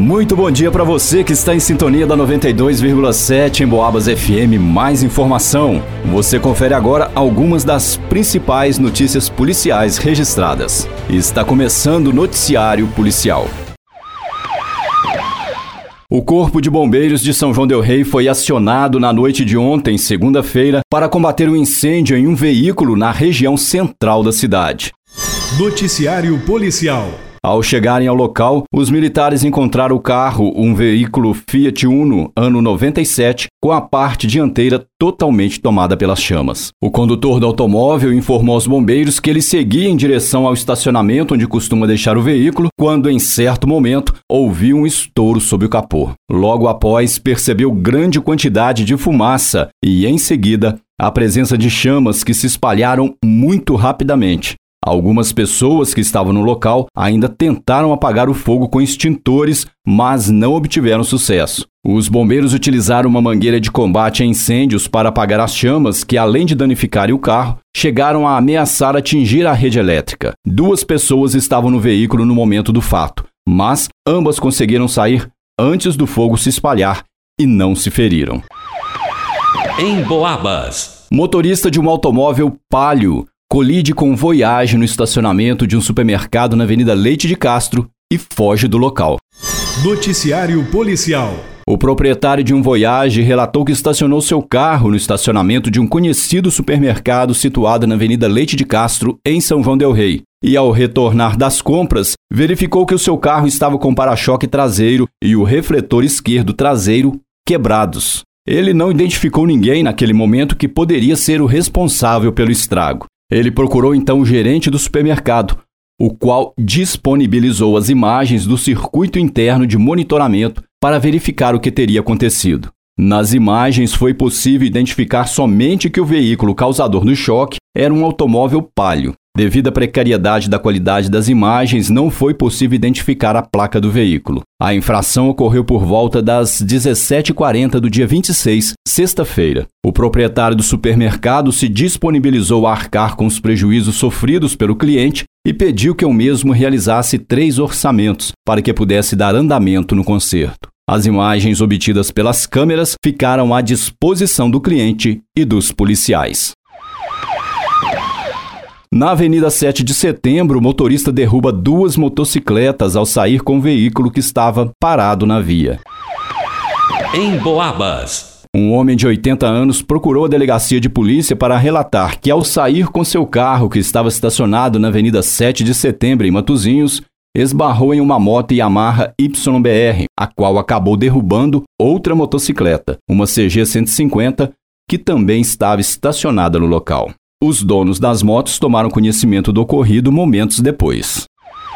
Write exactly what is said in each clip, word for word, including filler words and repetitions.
Muito bom dia para você que está em sintonia da noventa e dois vírgula sete em Boabas F M. Mais informação. Você confere agora algumas das principais notícias policiais registradas. Está começando o Noticiário Policial. O Corpo de Bombeiros de São João del Rei foi acionado na noite de ontem, segunda-feira, para combater um incêndio em um veículo na região central da cidade. Noticiário Policial. Ao chegarem ao local, os militares encontraram o carro, um veículo Fiat Uno, ano noventa e sete, com a parte dianteira totalmente tomada pelas chamas. O condutor do automóvel informou aos bombeiros que ele seguia em direção ao estacionamento onde costuma deixar o veículo, quando, em certo momento, ouviu um estouro sob o capô. Logo após, percebeu grande quantidade de fumaça e, em seguida, a presença de chamas que se espalharam muito rapidamente. Algumas pessoas que estavam no local ainda tentaram apagar o fogo com extintores, mas não obtiveram sucesso. Os bombeiros utilizaram uma mangueira de combate a incêndios para apagar as chamas que, além de danificarem o carro, chegaram a ameaçar atingir a rede elétrica. Duas pessoas estavam no veículo no momento do fato, mas ambas conseguiram sair antes do fogo se espalhar e não se feriram. Em Boabas. Motorista de um automóvel Palio colide com um Voyage no estacionamento de um supermercado na Avenida Leite de Castro e foge do local. Noticiário Policial. O proprietário de um Voyage relatou que estacionou seu carro no estacionamento de um conhecido supermercado situado na Avenida Leite de Castro, em São João del Rei. E ao retornar das compras, verificou que o seu carro estava com o para-choque traseiro e o refletor esquerdo traseiro quebrados. Ele não identificou ninguém naquele momento que poderia ser o responsável pelo estrago. Ele procurou então o gerente do supermercado, o qual disponibilizou as imagens do circuito interno de monitoramento para verificar o que teria acontecido. Nas imagens foi possível identificar somente que o veículo causador do choque era um automóvel Palio. Devido à precariedade da qualidade das imagens, não foi possível identificar a placa do veículo. A infração ocorreu por volta das dezessete e quarenta do dia vinte e seis, sexta-feira. O proprietário do supermercado se disponibilizou a arcar com os prejuízos sofridos pelo cliente e pediu que o mesmo realizasse três orçamentos para que pudesse dar andamento no conserto. As imagens obtidas pelas câmeras ficaram à disposição do cliente e dos policiais. Na Avenida sete de Setembro, o motorista derruba duas motocicletas ao sair com o veículo que estava parado na via. Em Boabas. Um homem de oitenta anos procurou a delegacia de polícia para relatar que, ao sair com seu carro que estava estacionado na Avenida sete de Setembro, em Matozinhos, esbarrou em uma moto Yamaha Y B R, a qual acabou derrubando outra motocicleta, uma C G cento e cinquenta, que também estava estacionada no local. Os donos das motos tomaram conhecimento do ocorrido momentos depois.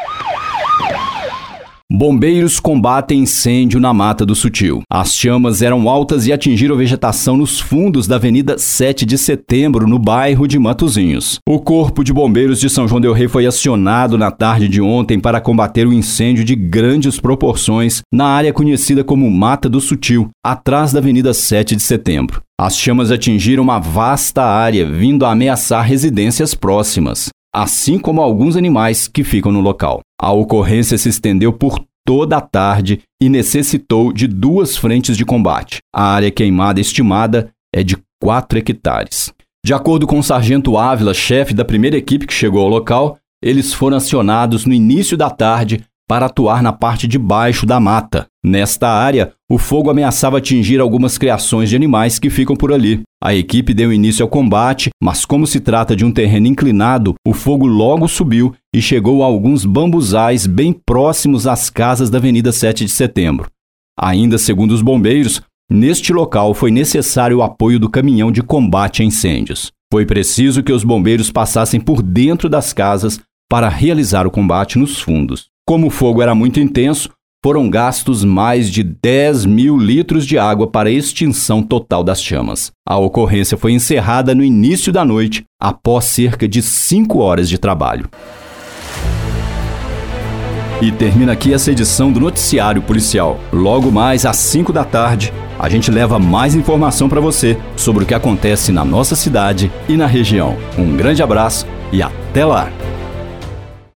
Bombeiros combatem incêndio na Mata do Sutil. As chamas eram altas e atingiram a vegetação nos fundos da Avenida sete de Setembro, no bairro de Matozinhos. O Corpo de Bombeiros de São João del Rei foi acionado na tarde de ontem para combater o incêndio de grandes proporções na área conhecida como Mata do Sutil, atrás da Avenida sete de Setembro. As chamas atingiram uma vasta área, vindo a ameaçar residências próximas, assim como alguns animais que ficam no local. A ocorrência se estendeu por toda a tarde e necessitou de duas frentes de combate. A área queimada estimada é de quatro hectares. De acordo com o sargento Ávila, chefe da primeira equipe que chegou ao local, eles foram acionados no início da tarde para atuar na parte de baixo da mata. Nesta área, o fogo ameaçava atingir algumas criações de animais que ficam por ali. A equipe deu início ao combate, mas como se trata de um terreno inclinado, o fogo logo subiu e chegou a alguns bambuzais bem próximos às casas da Avenida sete de Setembro. Ainda segundo os bombeiros, neste local foi necessário o apoio do caminhão de combate a incêndios. Foi preciso que os bombeiros passassem por dentro das casas para realizar o combate nos fundos. Como o fogo era muito intenso, foram gastos mais de dez mil litros de água para a extinção total das chamas. A ocorrência foi encerrada no início da noite, após cerca de cinco horas de trabalho. E termina aqui essa edição do Noticiário Policial. Logo mais às cinco da tarde, a gente leva mais informação para você sobre o que acontece na nossa cidade e na região. Um grande abraço e até lá!